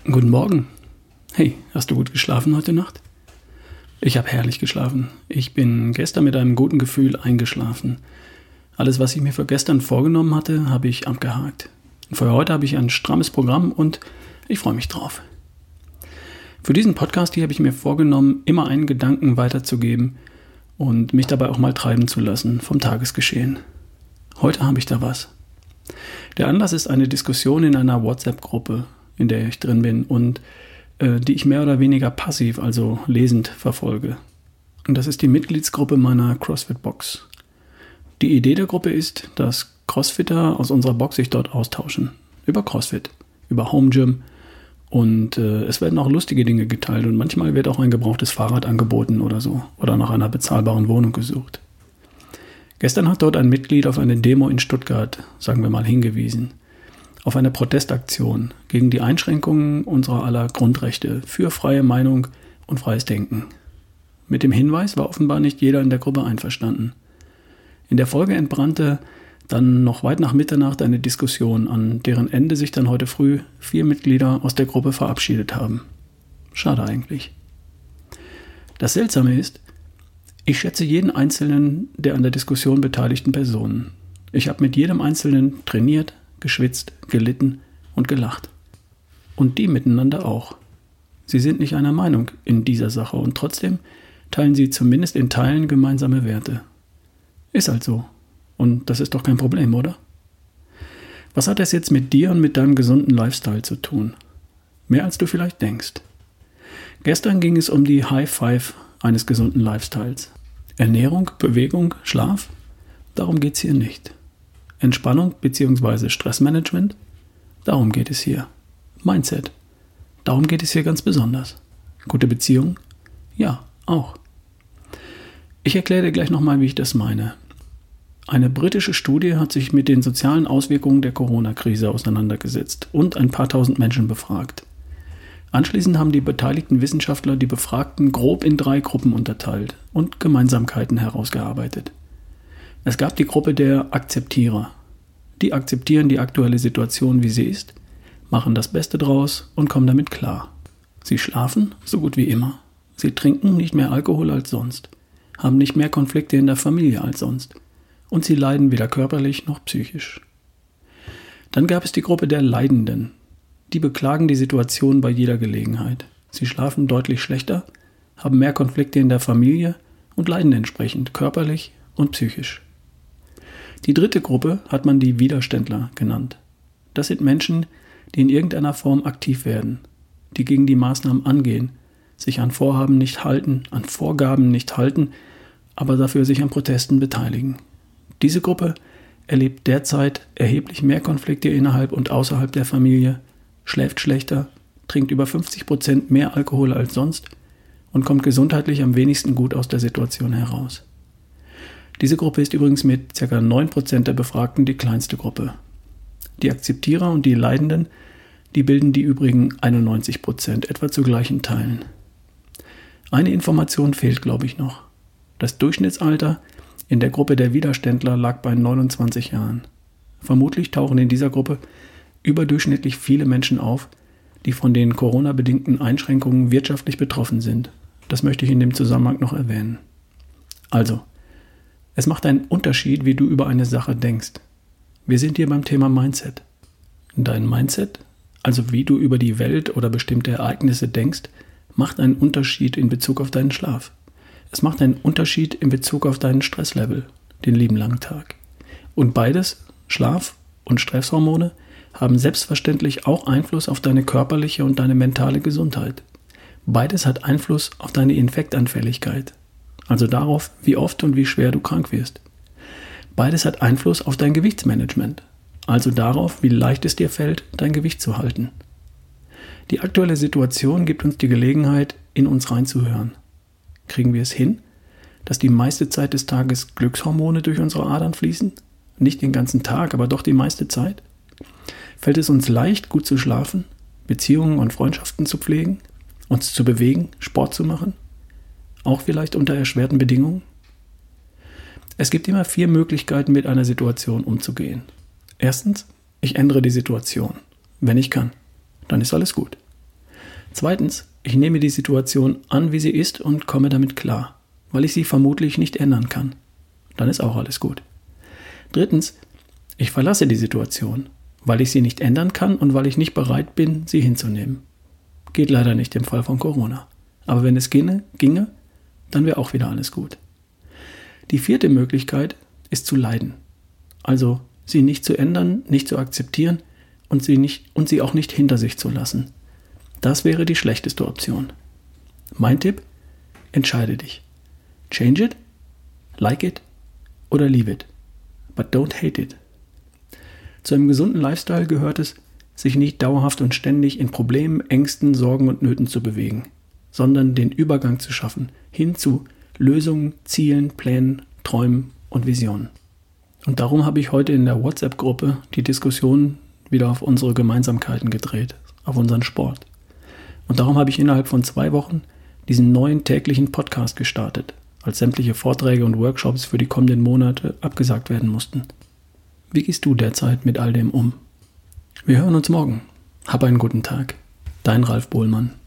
Guten Morgen. Hey, hast du gut geschlafen heute Nacht? Ich habe herrlich geschlafen. Ich bin gestern mit einem guten Gefühl eingeschlafen. Alles, was ich mir für gestern vorgenommen hatte, habe ich abgehakt. Und für heute habe ich ein strammes Programm und ich freue mich drauf. Für diesen Podcast hier habe ich mir vorgenommen, immer einen Gedanken weiterzugeben und mich dabei auch mal treiben zu lassen vom Tagesgeschehen. Heute habe ich da was. Der Anlass ist eine Diskussion in einer WhatsApp-Gruppe, in der ich drin bin und die ich mehr oder weniger passiv, also lesend, verfolge. Und das ist die Mitgliedsgruppe meiner CrossFit-Box. Die Idee der Gruppe ist, dass Crossfitter aus unserer Box sich dort austauschen. Über CrossFit, über Home Gym und es werden auch lustige Dinge geteilt und manchmal wird auch ein gebrauchtes Fahrrad angeboten oder so oder nach einer bezahlbaren Wohnung gesucht. Gestern hat dort ein Mitglied auf eine Demo in Stuttgart, sagen wir mal, hingewiesen. Auf eine Protestaktion gegen die Einschränkungen unserer aller Grundrechte für freie Meinung und freies Denken. Mit dem Hinweis war offenbar nicht jeder in der Gruppe einverstanden. In der Folge entbrannte dann noch weit nach Mitternacht eine Diskussion, an deren Ende sich dann heute früh 4 Mitglieder aus der Gruppe verabschiedet haben. Schade eigentlich. Das Seltsame ist, ich schätze jeden einzelnen der an der Diskussion beteiligten Personen. Ich habe mit jedem Einzelnen trainiert, geschwitzt, gelitten und gelacht. Und die miteinander auch. Sie sind nicht einer Meinung in dieser Sache und trotzdem teilen sie zumindest in Teilen gemeinsame Werte. Ist halt so. Und das ist doch kein Problem, oder? Was hat das jetzt mit dir und mit deinem gesunden Lifestyle zu tun? Mehr als du vielleicht denkst. Gestern ging es um die High Five eines gesunden Lifestyles. Ernährung, Bewegung, Schlaf? Darum geht's hier nicht. Entspannung bzw. Stressmanagement? Darum geht es hier. Mindset? Darum geht es hier ganz besonders. Gute Beziehung? Ja, auch. Ich erkläre dir gleich nochmal, wie ich das meine. Eine britische Studie hat sich mit den sozialen Auswirkungen der Corona-Krise auseinandergesetzt und ein paar tausend Menschen befragt. Anschließend haben die beteiligten Wissenschaftler die Befragten grob in 3 Gruppen unterteilt und Gemeinsamkeiten herausgearbeitet. Es gab die Gruppe der Akzeptierer. Die akzeptieren die aktuelle Situation, wie sie ist, machen das Beste draus und kommen damit klar. Sie schlafen so gut wie immer. Sie trinken nicht mehr Alkohol als sonst, haben nicht mehr Konflikte in der Familie als sonst und sie leiden weder körperlich noch psychisch. Dann gab es die Gruppe der Leidenden. Die beklagen die Situation bei jeder Gelegenheit. Sie schlafen deutlich schlechter, haben mehr Konflikte in der Familie und leiden entsprechend körperlich und psychisch. Die dritte Gruppe hat man die Widerständler genannt. Das sind Menschen, die in irgendeiner Form aktiv werden, die gegen die Maßnahmen angehen, sich an Vorgaben nicht halten, aber dafür sich an Protesten beteiligen. Diese Gruppe erlebt derzeit erheblich mehr Konflikte innerhalb und außerhalb der Familie, schläft schlechter, trinkt über 50% mehr Alkohol als sonst und kommt gesundheitlich am wenigsten gut aus der Situation heraus. Diese Gruppe ist übrigens mit ca. 9% der Befragten die kleinste Gruppe. Die Akzeptierer und die Leidenden, die bilden die übrigen 91%, etwa zu gleichen Teilen. Eine Information fehlt, glaube ich, noch. Das Durchschnittsalter in der Gruppe der Widerständler lag bei 29 Jahren. Vermutlich tauchen in dieser Gruppe überdurchschnittlich viele Menschen auf, die von den Corona-bedingten Einschränkungen wirtschaftlich betroffen sind. Das möchte ich in dem Zusammenhang noch erwähnen. Also, es macht einen Unterschied, wie du über eine Sache denkst. Wir sind hier beim Thema Mindset. Dein Mindset, also wie du über die Welt oder bestimmte Ereignisse denkst, macht einen Unterschied in Bezug auf deinen Schlaf. Es macht einen Unterschied in Bezug auf deinen Stresslevel, den lieben langen Tag. Und beides, Schlaf und Stresshormone, haben selbstverständlich auch Einfluss auf deine körperliche und deine mentale Gesundheit. Beides hat Einfluss auf deine Infektanfälligkeit, also darauf, wie oft und wie schwer du krank wirst. Beides hat Einfluss auf dein Gewichtsmanagement, also darauf, wie leicht es dir fällt, dein Gewicht zu halten. Die aktuelle Situation gibt uns die Gelegenheit, in uns reinzuhören. Kriegen wir es hin, dass die meiste Zeit des Tages Glückshormone durch unsere Adern fließen? Nicht den ganzen Tag, aber doch die meiste Zeit? Fällt es uns leicht, gut zu schlafen, Beziehungen und Freundschaften zu pflegen, uns zu bewegen, Sport zu machen? Auch vielleicht unter erschwerten Bedingungen? Es gibt immer 4 Möglichkeiten, mit einer Situation umzugehen. Erstens, ich ändere die Situation, wenn ich kann. Dann ist alles gut. Zweitens, ich nehme die Situation an, wie sie ist und komme damit klar, weil ich sie vermutlich nicht ändern kann. Dann ist auch alles gut. Drittens, ich verlasse die Situation, weil ich sie nicht ändern kann und weil ich nicht bereit bin, sie hinzunehmen. Geht leider nicht im Fall von Corona. Aber wenn es ginge, dann wäre auch wieder alles gut. Die vierte Möglichkeit ist zu leiden. Also sie nicht zu ändern, nicht zu akzeptieren und sie auch nicht hinter sich zu lassen. Das wäre die schlechteste Option. Mein Tipp: entscheide dich. Change it, like it oder leave it. But don't hate it. Zu einem gesunden Lifestyle gehört es, sich nicht dauerhaft und ständig in Problemen, Ängsten, Sorgen und Nöten zu bewegen, sondern den Übergang zu schaffen hin zu Lösungen, Zielen, Plänen, Träumen und Visionen. Und darum habe ich heute in der WhatsApp-Gruppe die Diskussion wieder auf unsere Gemeinsamkeiten gedreht, auf unseren Sport. Und darum habe ich innerhalb von 2 Wochen diesen neuen täglichen Podcast gestartet, als sämtliche Vorträge und Workshops für die kommenden Monate abgesagt werden mussten. Wie gehst du derzeit mit all dem um? Wir hören uns morgen. Hab einen guten Tag. Dein Ralf Bohlmann.